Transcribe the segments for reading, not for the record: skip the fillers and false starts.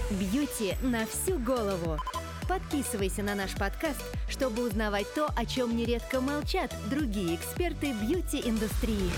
Бьюти на всю голову. Подписывайся на наш подкаст, чтобы узнавать то, о чем нередко молчат другие эксперты бьюти-индустрии.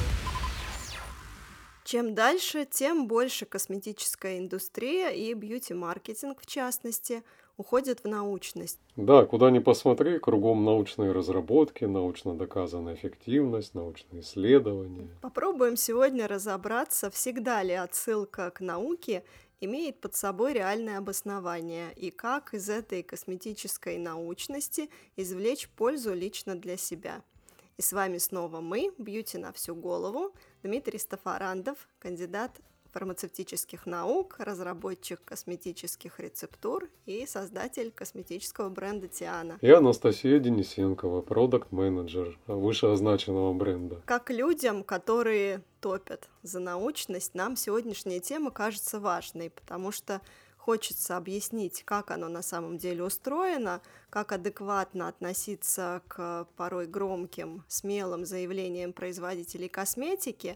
Чем дальше, тем больше косметическая индустрия и бьюти-маркетинг, в частности, уходят в научность. Да, куда ни посмотри, кругом научные разработки, научно доказанная эффективность, научные исследования. Попробуем сегодня разобраться, всегда ли отсылка к науке имеет под собой реальное обоснование и как из этой косметической научности извлечь пользу лично для себя. И с вами снова мы, Бьюти на всю голову, Дмитрий Стафарандов, кандидат фармацевтических наук, разработчик косметических рецептур и создатель косметического бренда Тиана. И Анастасия Денисенкова, продакт-менеджер вышеозначенного бренда. Как людям, которые топят за научность, нам сегодняшняя тема кажется важной, потому что хочется объяснить, как оно на самом деле устроено, как адекватно относиться к порой громким, смелым заявлениям производителей косметики.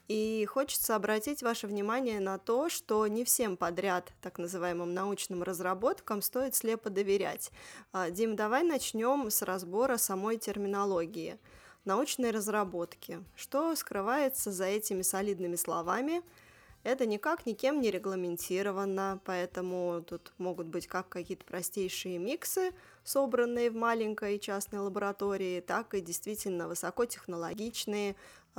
И хочется обратить ваше внимание на то, что не всем подряд так называемым научным разработкам стоит слепо доверять. Дим, давай начнем с разбора самой терминологии. Научные разработки. Что скрывается за этими солидными словами? Это никак никем не регламентировано, поэтому тут могут быть как какие-то простейшие миксы, собранные в маленькой частной лаборатории, так и действительно высокотехнологичные,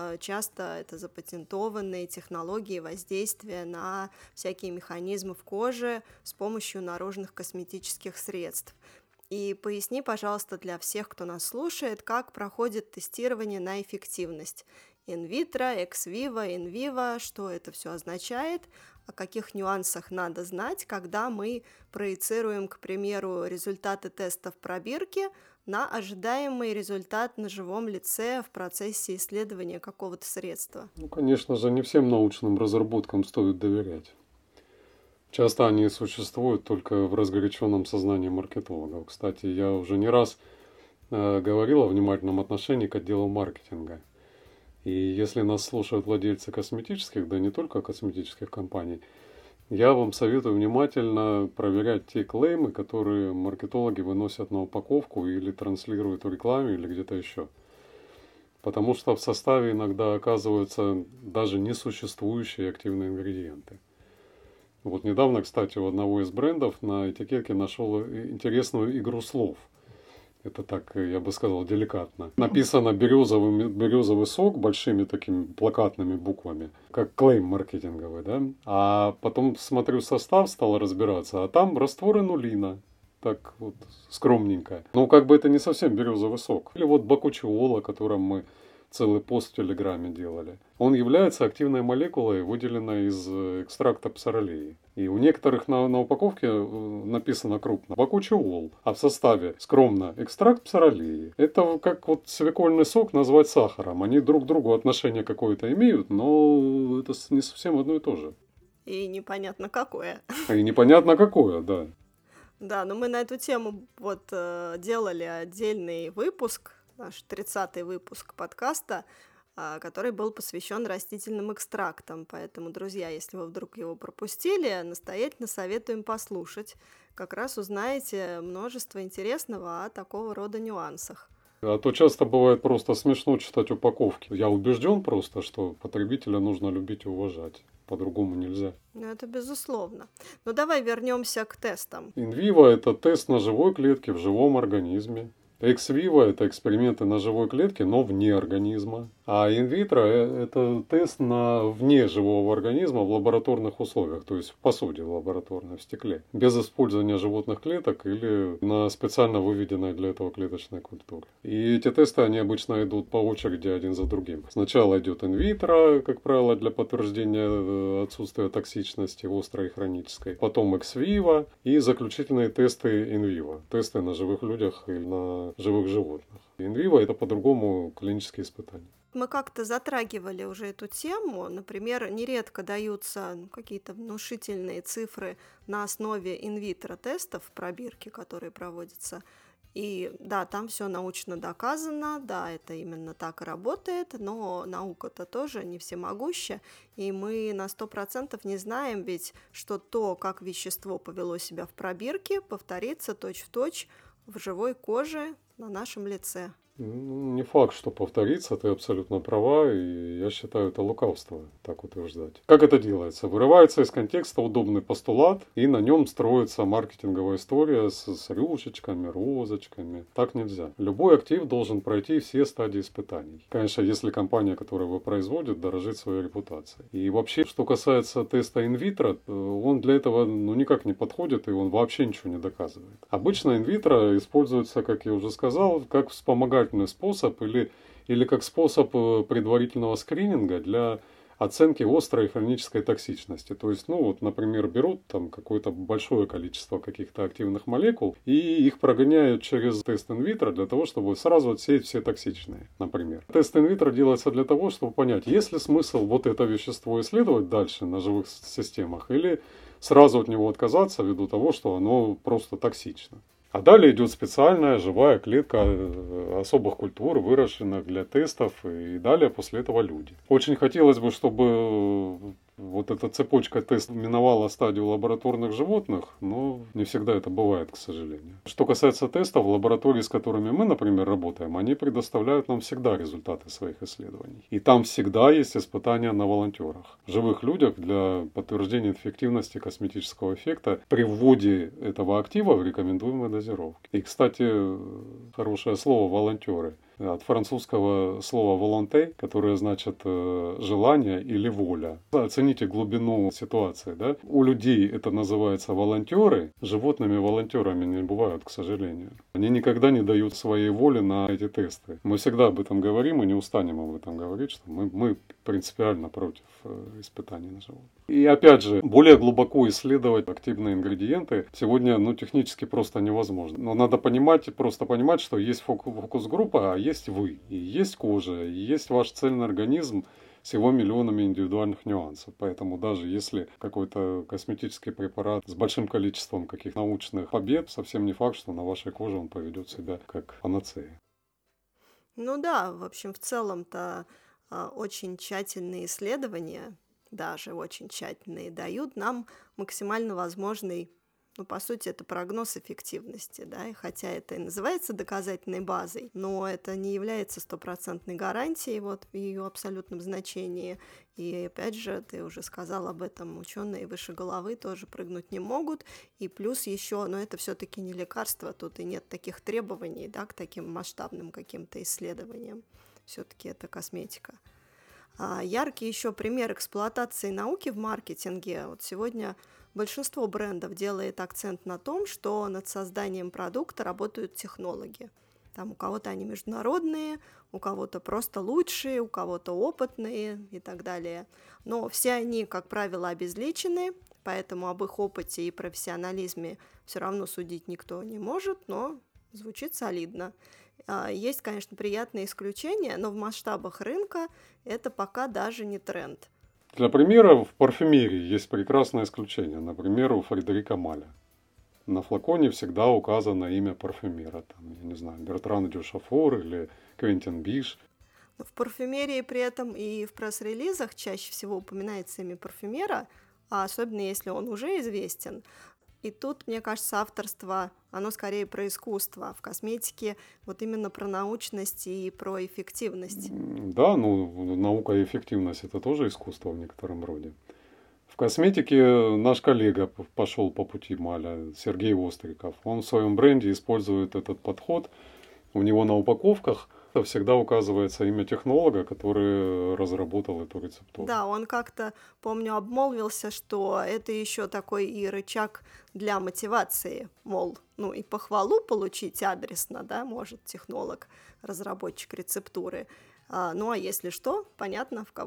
часто это запатентованные технологии воздействия на всякие механизмы в коже с помощью наружных косметических средств. И поясни, пожалуйста, для всех, кто нас слушает, как проходит тестирование на эффективность. Инвитро, экс-виво, инвиво, что это все означает, о каких нюансах надо знать, когда мы проецируем, к примеру, результаты тестов пробирки на ожидаемый результат на живом лице в процессе исследования какого-то средства. Конечно же, не всем научным разработкам стоит доверять. Часто они существуют только в разгоряченном сознании маркетологов. Кстати, я уже не раз говорил о внимательном отношении к отделу маркетинга. И если нас слушают владельцы косметических, да не только косметических компаний, я вам советую внимательно проверять те клеймы, которые маркетологи выносят на упаковку или транслируют в рекламе или где-то еще. Потому что в составе иногда оказываются даже несуществующие активные ингредиенты. Вот недавно, кстати, у одного из брендов на этикетке нашел интересную игру слов. Это так, я бы сказал, деликатно. Написано березовый сок большими такими плакатными буквами, как клейм маркетинговый, да? А потом смотрю состав, стал разбираться, а там раствор инулина. Так вот, скромненько. Ну, как бы это не совсем березовый сок. Или вот бакучиол, о котором мы целый пост в Телеграме делали. Он является активной молекулой, выделенной из экстракта псоролеи. И у некоторых на упаковке написано крупно бакучиол, а в составе скромно экстракт псоролеи. Это как вот свекольный сок назвать сахаром. Они друг к другу отношение какое-то имеют, но это не совсем одно и то же. И непонятно какое. И непонятно какое, да. Да, но мы на эту тему вот делали отдельный выпуск, наш 30-й выпуск подкаста, который был посвящен растительным экстрактам. Поэтому, друзья, если вы вдруг его пропустили, настоятельно советуем послушать. Как раз узнаете множество интересного о такого рода нюансах. А то часто бывает просто смешно читать упаковки. Я убежден просто, что потребителя нужно любить и уважать. По-другому нельзя. Ну, это безусловно. Но давай вернемся к тестам. Инвиво – это тест на живой клетке в живом организме. Экс-виво – это эксперименты на живой клетке, но вне организма. А инвитро – это тест на вне живого организма в лабораторных условиях, то есть в посуде лабораторной, в стекле, без использования животных клеток или на специально выведенной для этого клеточной культуре. И эти тесты, они обычно идут по очереди один за другим. Сначала идет инвитро, как правило, для подтверждения отсутствия токсичности острой и хронической. Потом экс-виво и заключительные тесты инвиво, тесты на живых людях или на живых животных. Инвиво – это по-другому клинические испытания. Мы как-то затрагивали уже эту тему. Например, нередко даются какие-то внушительные цифры на основе инвитро-тестов в пробирке, которые проводятся. И да, там все научно доказано, да, это именно так и работает, но наука-то тоже не всемогуща, и мы на 100% не знаем ведь, что то, как вещество повело себя в пробирке, повторится точь-в-точь в живой коже на нашем лице. Не факт, что повторится, ты абсолютно права, и я считаю, это лукавство так утверждать. Как это делается? Вырывается из контекста удобный постулат, и на нем строится маркетинговая история с рюшечками, розочками. Так нельзя. Любой актив должен пройти все стадии испытаний. Конечно, если компания, которая его производит, дорожит своей репутацией. И вообще, что касается теста инвитро, он для этого никак не подходит, и он вообще ничего не доказывает. Обычно инвитро используется, как я уже сказал, как вспомогательный способ или как способ предварительного скрининга для оценки острой хронической токсичности. То есть, например, берут там какое-то большое количество каких-то активных молекул и их прогоняют через тест инвитро для того, чтобы сразу отсеять все токсичные, например. Тест инвитро делается для того, чтобы понять, есть ли смысл вот это вещество исследовать дальше на живых системах или сразу от него отказаться ввиду того, что оно просто токсично. А далее идет специальная живая клетка особых культур, выращенных для тестов, и далее после этого люди. Очень хотелось бы, чтобы вот эта цепочка тестов миновала стадию лабораторных животных, но не всегда это бывает, к сожалению. Что касается тестов, лаборатории, с которыми мы, например, работаем, они предоставляют нам всегда результаты своих исследований. И там всегда есть испытания на волонтерах, живых людях для подтверждения эффективности косметического эффекта при вводе этого актива в рекомендуемые дозировки. И, кстати, хорошее слово «волонтеры». От французского слова «волонté», которое значит «желание» или «воля». Оцените глубину ситуации. Да? У людей это называется волонтеры, животными волонтерами не бывают, к сожалению. Они никогда не дают своей воли на эти тесты. Мы всегда об этом говорим и не устанем об этом говорить, что мы принципиально против испытаний на животных. И опять же, более глубоко исследовать активные ингредиенты сегодня технически просто невозможно. Но надо просто понимать, что есть фокус-группа, а есть вы, и есть кожа, и есть ваш цельный организм с его миллионами индивидуальных нюансов. Поэтому даже если какой-то косметический препарат с большим количеством каких научных побед, совсем не факт, что на вашей коже он поведет себя как панацея. Ну да, в общем, в целом-то очень тщательные исследования, даже очень тщательные, дают нам максимально возможный, по сути, это прогноз эффективности, да, и хотя это и называется доказательной базой, но это не является стопроцентной гарантией вот в ее абсолютном значении. И опять же, ты уже сказал об этом, ученые выше головы тоже прыгнуть не могут. И плюс еще, но это все-таки не лекарство, тут и нет таких требований, да, к таким масштабным каким-то исследованиям. Все-таки это косметика. Яркий еще пример эксплуатации науки в маркетинге. Вот сегодня большинство брендов делает акцент на том, что над созданием продукта работают технологи. Там у кого-то они международные, у кого-то просто лучшие, у кого-то опытные и так далее. Но все они, как правило, обезличены, поэтому об их опыте и профессионализме все равно судить никто не может, но звучит солидно. Есть, конечно, приятные исключения, но в масштабах рынка это пока даже не тренд. Для примера, в парфюмерии есть прекрасное исключение. Например, у Фредерика Маля. На флаконе всегда указано имя парфюмера. Там, я не знаю, Бертран Дюшафор или Квентин Биш. Но в парфюмерии при этом и в пресс-релизах чаще всего упоминается имя парфюмера, а особенно если он уже известен. И тут, мне кажется, авторство, оно скорее про искусство. В косметике вот именно про научность и про эффективность. Да, наука и эффективность – это тоже искусство в некотором роде. В косметике наш коллега пошел по пути Маля, Сергей Востриков. Он в своем бренде использует этот подход. У него на упаковках всегда указывается имя технолога, который разработал эту рецептуру. Да, он как-то, помню, обмолвился, что это еще такой и рычаг для мотивации, мол, и похвалу получить адресно, да, может технолог, разработчик рецептуры. А если что, понятно, в кого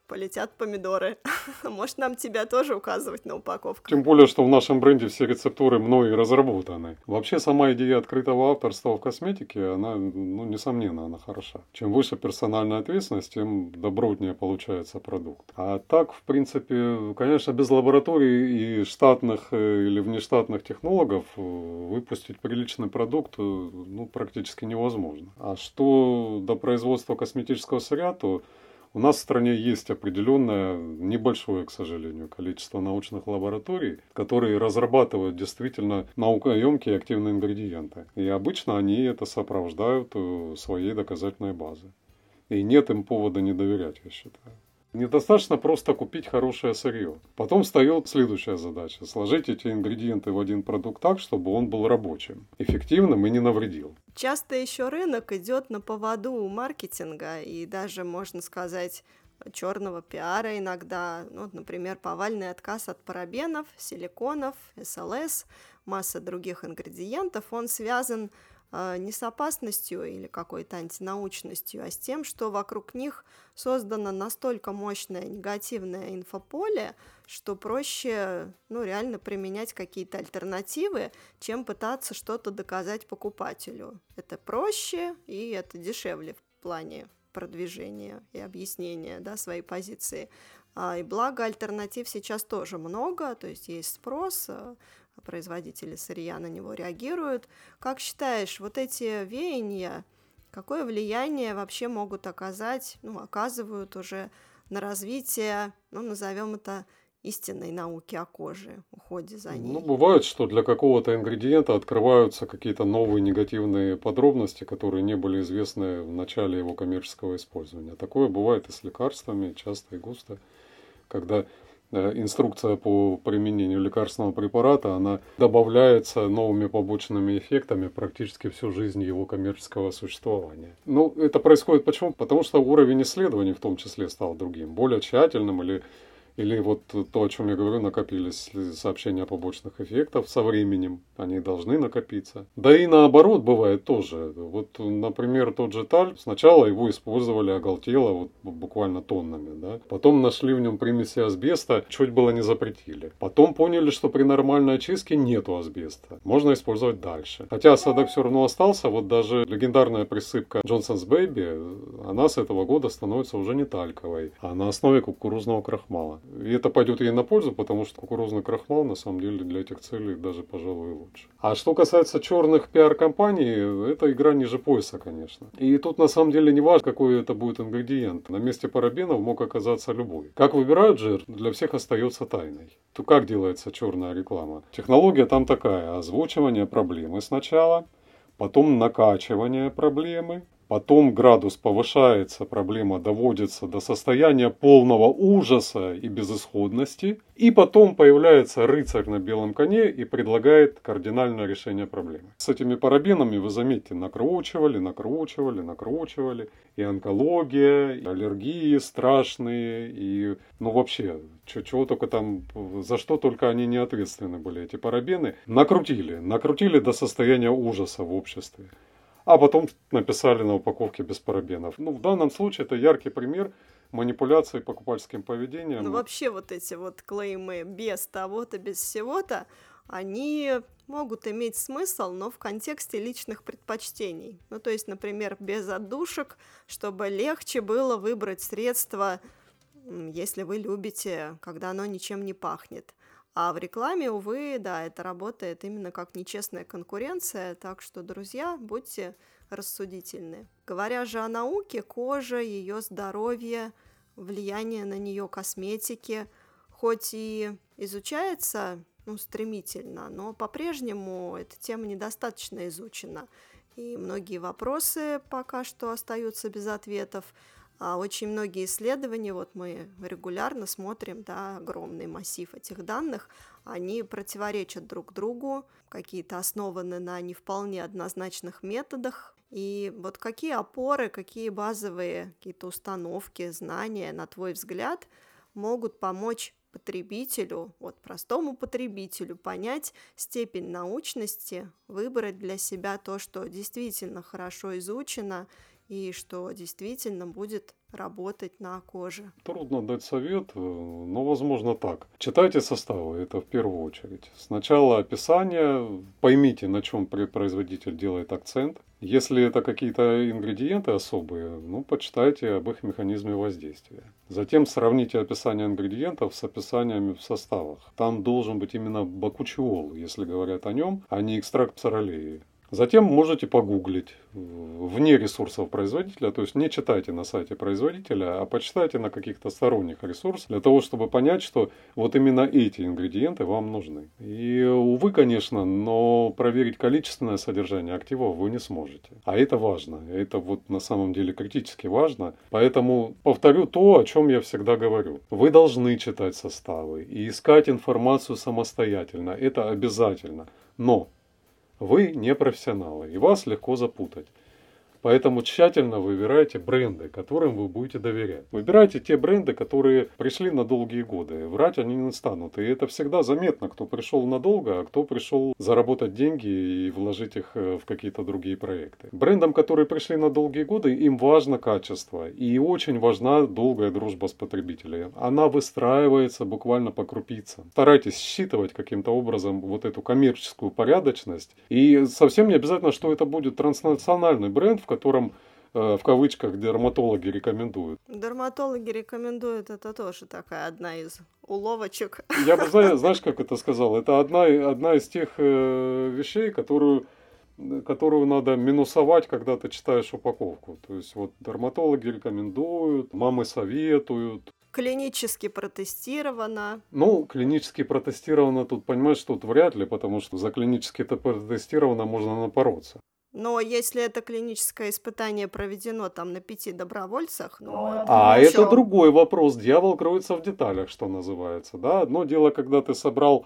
полетят помидоры. Может, нам тебя тоже указывать на упаковках? Тем более, что в нашем бренде все рецептуры мной разработаны. Вообще, сама идея открытого авторства в косметике, она, несомненно, она хороша. Чем выше персональная ответственность, тем добротнее получается продукт. А так, в принципе, конечно, без лабораторий и штатных или внештатных технологов выпустить приличный продукт практически невозможно. А что до производства косметического сырья, то у нас в стране есть определенное, небольшое, к сожалению, количество научных лабораторий, которые разрабатывают действительно наукоемкие активные ингредиенты. И обычно они это сопровождают своей доказательной базой. И нет им повода не доверять, я считаю. Недостаточно просто купить хорошее сырье. Потом встает следующая задача – сложить эти ингредиенты в один продукт так, чтобы он был рабочим, эффективным и не навредил. Часто еще рынок идет на поводу у маркетинга и даже, можно сказать, черного пиара иногда. Например, повальный отказ от парабенов, силиконов, СЛС, масса других ингредиентов. Он связан не с опасностью или какой-то антинаучностью, а с тем, что вокруг них создано настолько мощное негативное инфополе, что проще реально применять какие-то альтернативы, чем пытаться что-то доказать покупателю. Это проще и это дешевле в плане продвижения и объяснения своей позиции. И благо альтернатив сейчас тоже много, то есть есть спрос, производители сырья на него реагируют. Как считаешь, вот эти веяния, какое влияние вообще могут оказать, оказывают уже на развитие, назовем это, истинной науки о коже, уходе за ней? Бывает, что для какого-то ингредиента открываются какие-то новые негативные подробности, которые не были известны в начале его коммерческого использования. Такое бывает и с лекарствами, часто и густо, когда инструкция по применению лекарственного препарата, она добавляется новыми побочными эффектами практически всю жизнь его коммерческого существования. Это происходит почему? Потому что уровень исследований в том числе стал другим, более тщательным или вот то, о чем я говорю, накопились сообщения о побочных эффектах со временем, они должны накопиться. Да и наоборот бывает тоже. Вот, например, тот же таль, сначала его использовали оголтело, буквально тоннами, да? Потом нашли в нем примеси асбеста, чуть было не запретили. Потом поняли, что при нормальной очистке нету асбеста, можно использовать дальше. Хотя осадок все равно остался, вот даже легендарная присыпка Johnson's Baby, она с этого года становится уже не тальковой, а на основе кукурузного крахмала. И это пойдет ей на пользу, потому что кукурузный крахмал на самом деле для этих целей даже, пожалуй, лучше. А что касается черных пиар-компаний, это игра ниже пояса, конечно. И тут на самом деле не важно, какой это будет ингредиент. На месте парабенов мог оказаться любой. Как выбирают жир, для всех остается тайной. То как делается черная реклама? Технология там такая: озвучивание проблемы сначала, потом накачивание проблемы, потом градус повышается, проблема доводится до состояния полного ужаса и безысходности. И потом появляется рыцарь на белом коне и предлагает кардинальное решение проблемы. С этими парабенами, вы заметите, накручивали. И онкология, и аллергии страшные, и вообще, чего только там, за что только они не ответственны были, эти парабены. Накрутили до состояния ужаса в обществе. А потом написали на упаковке без парабенов. В данном случае это яркий пример манипуляции покупательским поведением. Вообще вот эти вот клеймы без того-то, без всего-то, они могут иметь смысл, но в контексте личных предпочтений. То есть, например, без отдушек, чтобы легче было выбрать средство, если вы любите, когда оно ничем не пахнет. А в рекламе, увы, это работает именно как нечестная конкуренция, так что, друзья, будьте рассудительны. Говоря же о науке, кожа, ее здоровье, влияние на нее косметики, хоть и изучается стремительно, но по-прежнему эта тема недостаточно изучена. И многие вопросы пока что остаются без ответов. А очень многие исследования, мы регулярно смотрим, огромный массив этих данных, они противоречат друг другу, какие-то основаны на не вполне однозначных методах. И какие опоры, какие базовые какие-то установки, знания, на твой взгляд, могут помочь потребителю, простому потребителю понять степень научности, выбрать для себя то, что действительно хорошо изучено, и что действительно будет работать на коже? Трудно дать совет, но возможно так. Читайте составы, это в первую очередь. Сначала описание, поймите, на чем производитель делает акцент. Если это какие-то ингредиенты особые, почитайте об их механизме воздействия. Затем сравните описание ингредиентов с описаниями в составах. Там должен быть именно бакучиол, если говорят о нем, а не экстракт псоролеи. Затем можете погуглить вне ресурсов производителя, то есть не читайте на сайте производителя, а почитайте на каких-то сторонних ресурсах, для того, чтобы понять, что вот именно эти ингредиенты вам нужны. И, увы, конечно, но проверить количественное содержание активов вы не сможете. А это важно, это вот на самом деле критически важно. Поэтому повторю то, о чем я всегда говорю. Вы должны читать составы и искать информацию самостоятельно, это обязательно. Но вы не профессионалы, и вас легко запутать. Поэтому тщательно выбирайте бренды, которым вы будете доверять. Выбирайте те бренды, которые пришли на долгие годы. Врать они не станут. И это всегда заметно, кто пришел надолго, а кто пришел заработать деньги и вложить их в какие-то другие проекты. Брендам, которые пришли на долгие годы, им важно качество. И очень важна долгая дружба с потребителем. Она выстраивается буквально по крупицам. Старайтесь считывать каким-то образом вот эту коммерческую порядочность. И совсем не обязательно, что это будет транснациональный бренд, в котором, в кавычках, дерматологи рекомендуют. Дерматологи рекомендуют, это тоже такая одна из уловочек. Я бы, знаешь, как это сказал, это одна из тех вещей, которую надо минусовать, когда ты читаешь упаковку. То есть вот дерматологи рекомендуют, мамы советуют. Клинически протестировано. Клинически протестировано тут, понимаешь, тут вряд ли, потому что за клинически протестировано можно напороться. Но если это клиническое испытание проведено там на 5 добровольцах, это другой вопрос. Дьявол кроется в деталях, что называется. Да? Одно дело, когда ты собрал,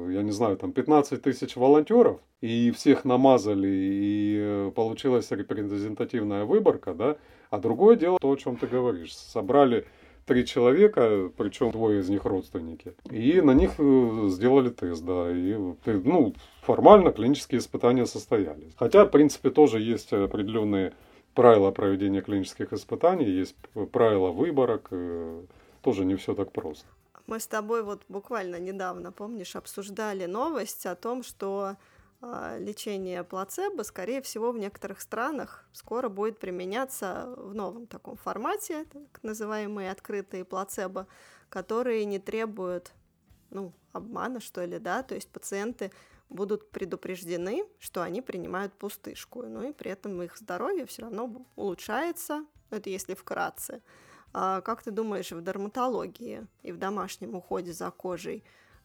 15 тысяч волонтеров, и всех намазали, и получилась репрезентативная выборка, да? А другое дело, то, о чем ты говоришь. Собрали 3 человека, причем 2 из них родственники. И на них сделали тест, да. И, формально клинические испытания состоялись. Хотя, в принципе, тоже есть определенные правила проведения клинических испытаний, есть правила выборок. Тоже не все так просто. Мы с тобой вот буквально недавно, помнишь, обсуждали новость о том, что лечение плацебо, скорее всего, в некоторых странах скоро будет применяться в новом таком формате, так называемые открытые плацебо, которые не требуют, обмана, что ли, да, то есть пациенты будут предупреждены, что они принимают пустышку, и при этом их здоровье все равно улучшается, это если вкратце. А как ты думаешь, в дерматологии и в домашнем уходе за кожей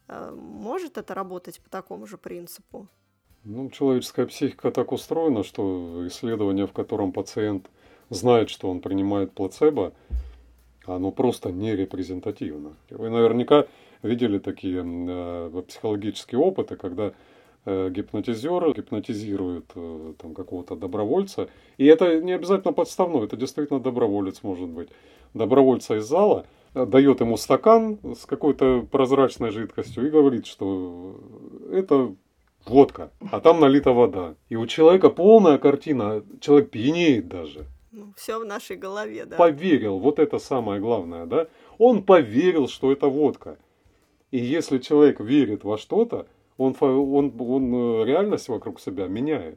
может это работать по такому же принципу? Человеческая психика так устроена, что исследование, в котором пациент знает, что он принимает плацебо, оно просто не репрезентативно. Вы наверняка видели такие психологические опыты, когда гипнотизер гипнотизирует какого-то добровольца. И это не обязательно подставной, это действительно доброволец может быть. Добровольца из зала дает ему стакан с какой-то прозрачной жидкостью и говорит, что это водка, а там налита вода. И у человека полная картина, человек пьянеет даже. Все в нашей голове, да. Поверил, вот это самое главное, да. Он поверил, что это водка. И если человек верит во что-то, он реальность вокруг себя меняет.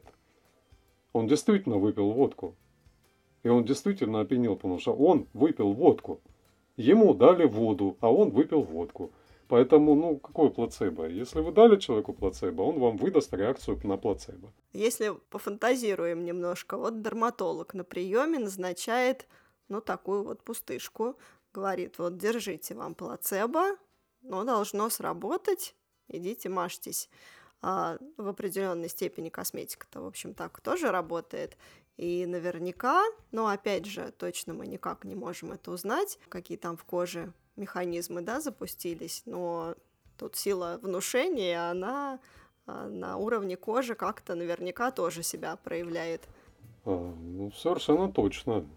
Он действительно выпил водку. И он действительно опьянел, потому что он выпил водку. Ему дали воду, а он выпил водку. Поэтому, какое плацебо? Если вы дали человеку плацебо, он вам выдаст реакцию на плацебо. Если пофантазируем немножко, вот дерматолог на приеме назначает, такую вот пустышку, говорит, вот держите вам плацебо, должно сработать, идите мажьтесь. В определенной степени косметика-то, в общем, так тоже работает. И наверняка, опять же, точно мы никак не можем это узнать, какие там в коже механизмы, да, запустились, но тут сила внушения, она на уровне кожи как-то наверняка тоже себя проявляет. Совершенно точно.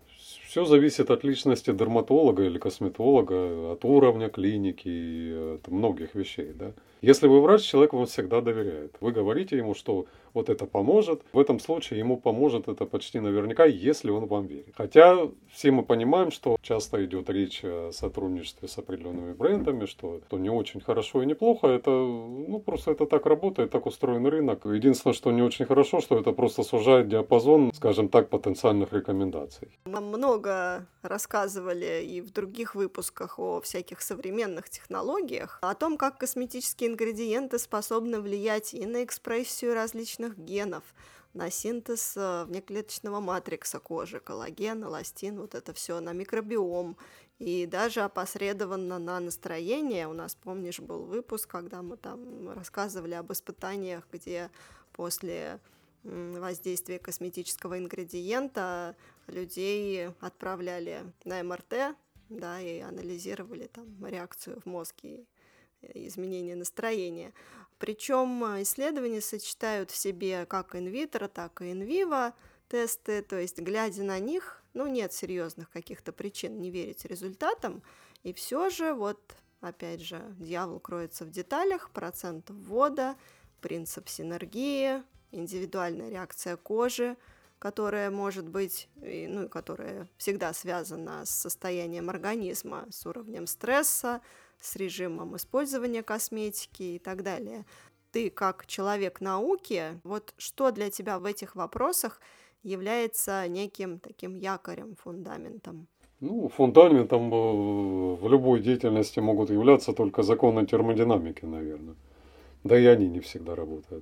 все зависит от личности дерматолога или косметолога, от уровня клиники и от многих вещей, да. Если вы врач, человек вам всегда доверяет. Вы говорите ему, что вот это поможет. В этом случае ему поможет это почти наверняка, если он вам верит. Хотя все мы понимаем, что часто идет речь о сотрудничестве с определенными брендами, что это не очень хорошо и неплохо. Это, просто это так работает, так устроен рынок. Единственное, что не очень хорошо, что это просто сужает диапазон, скажем так, потенциальных рекомендаций. Мы много рассказывали и в других выпусках о всяких современных технологиях, о том, как косметические ингредиенты способны влиять и на экспрессию различных генов, на синтез внеклеточного матрикса кожи, коллаген, эластин, вот это все, на микробиом и даже опосредованно на настроение. У нас, помнишь, был выпуск, когда мы там рассказывали об испытаниях, где после воздействия косметического ингредиента людей отправляли на МРТ, да, и анализировали там реакцию в мозге, изменение настроения. Причем исследования сочетают в себе как инвитро, так и инвиво тесты, то есть, глядя на них, нет серьезных каких-то причин не верить результатам, и все же, вот, опять же, дьявол кроется в деталях, процент ввода, принцип синергии, индивидуальная реакция кожи, которая может быть, и которая всегда связана с состоянием организма, с уровнем стресса, с режимом использования косметики и так далее. Ты, как человек науки, вот что для тебя в этих вопросах является неким таким якорем, фундаментом? Фундаментом в любой деятельности могут являться только законы термодинамики, наверное. Да и они не всегда работают.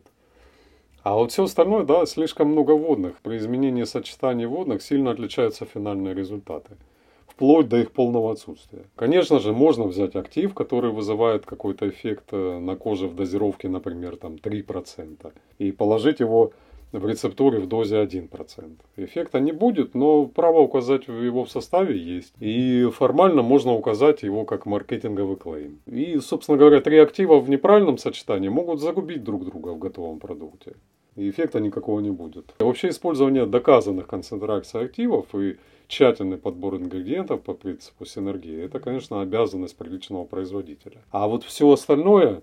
А вот все остальное, да, слишком много водных. При изменении сочетаний водных сильно отличаются финальные результаты. Вплоть до их полного отсутствия. Конечно же, можно взять актив, который вызывает какой-то эффект на коже в дозировке, например, там 3%, и положить его в рецептуре в дозе 1%. Эффекта не будет, но право указать его в составе есть. И формально можно указать его как маркетинговый клейм. И, собственно говоря, 3 актива в неправильном сочетании могут загубить друг друга в готовом продукте. И эффекта никакого не будет. Вообще использование доказанных концентраций активов и тщательный подбор ингредиентов по принципу синергии, это, конечно, обязанность приличного производителя. А вот все остальное,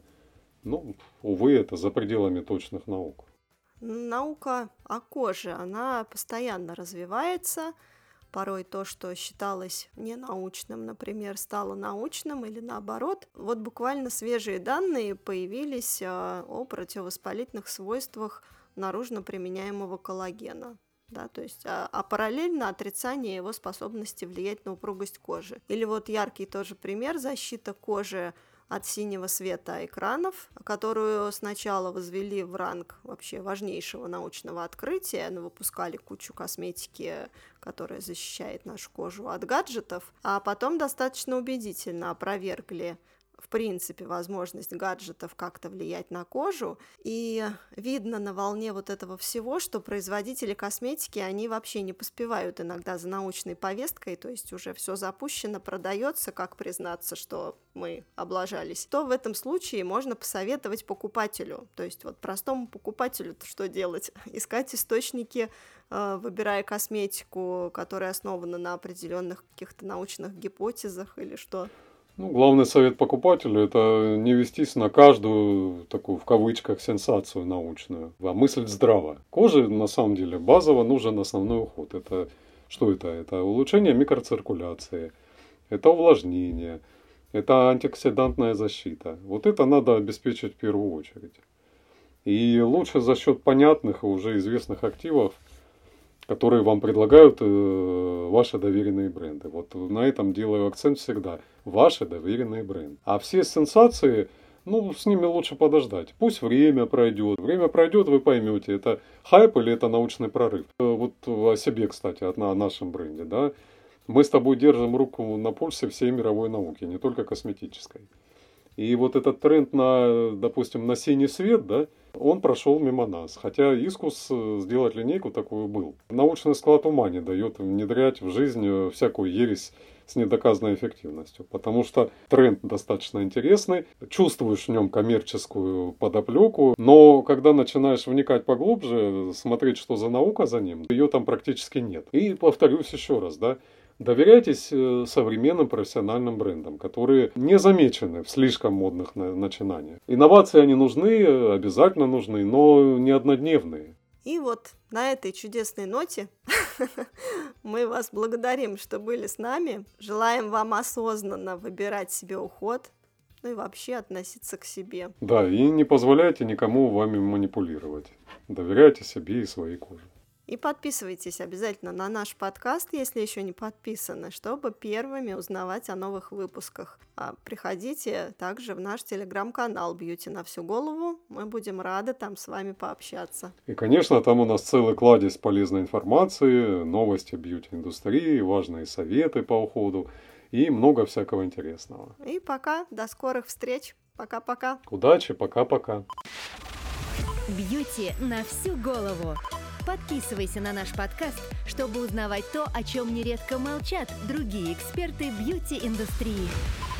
увы, это за пределами точных наук. Наука о коже, она постоянно развивается. Порой то, что считалось ненаучным, например, стало научным или наоборот. Вот буквально свежие данные появились о противовоспалительных свойствах наружно применяемого коллагена. Да, то есть, а параллельно отрицание его способности влиять на упругость кожи. Или вот яркий тоже пример — защита кожи от синего света экранов, которую сначала возвели в ранг вообще важнейшего научного открытия, выпускали кучу косметики, которая защищает нашу кожу от гаджетов, а потом достаточно убедительно опровергли в принципе возможность гаджетов как-то влиять на кожу, и видно на волне вот этого всего, что производители косметики, они вообще не поспевают иногда за научной повесткой, то есть уже все запущено, продается, как признаться, что мы облажались, то в этом случае можно посоветовать покупателю, то есть вот простому покупателю что делать? Искать источники, выбирая косметику, которая основана на определенных каких-то научных гипотезах или что? Главный совет покупателю – это не вестись на каждую такую, в кавычках, сенсацию научную, а мыслить здраво. Коже, на самом деле, базово нужен основной уход. Это что это? Это улучшение микроциркуляции, это увлажнение, это антиоксидантная защита. Вот это надо обеспечить в первую очередь. И лучше за счет понятных и уже известных активов, которые вам предлагают ваши доверенные бренды. Вот на этом делаю акцент всегда. Ваши доверенные бренды. А все сенсации, с ними лучше подождать. Пусть время пройдет. Время пройдет, вы поймете, это хайп или это научный прорыв. Вот о себе, кстати, о нашем бренде. Да? Мы с тобой держим руку на пульсе всей мировой науки, не только косметической. И вот этот тренд допустим, на синий свет, да, он прошел мимо нас. Хотя искус сделать линейку такую был. Научный склад ума не дает внедрять в жизнь всякую ересь с недоказанной эффективностью. Потому что тренд достаточно интересный, чувствуешь в нем коммерческую подоплеку, но когда начинаешь вникать поглубже, смотреть, что за наука за ним, ее там практически нет. И повторюсь еще раз, да, Доверяйтесь современным профессиональным брендам, которые не замечены в слишком модных начинаниях. Инновации они нужны, обязательно нужны, но не однодневные. И вот на этой чудесной ноте мы вас благодарим, что были с нами. Желаем вам осознанно выбирать себе уход, ну и вообще относиться к себе. Да, и не позволяйте никому вами манипулировать. Доверяйте себе и своей коже. И подписывайтесь обязательно на наш подкаст, если еще не подписаны, чтобы первыми узнавать о новых выпусках. А приходите также в наш телеграм-канал «Бьюти на всю голову». Мы будем рады там с вами пообщаться. И, конечно, там у нас целый кладезь полезной информации, новости бьюти-индустрии, важные советы по уходу и много всякого интересного. И пока, до скорых встреч. Пока-пока. Удачи, пока-пока. Бьюти на всю голову. Подписывайся на наш подкаст, чтобы узнавать то, о чем нередко молчат другие эксперты бьюти-индустрии.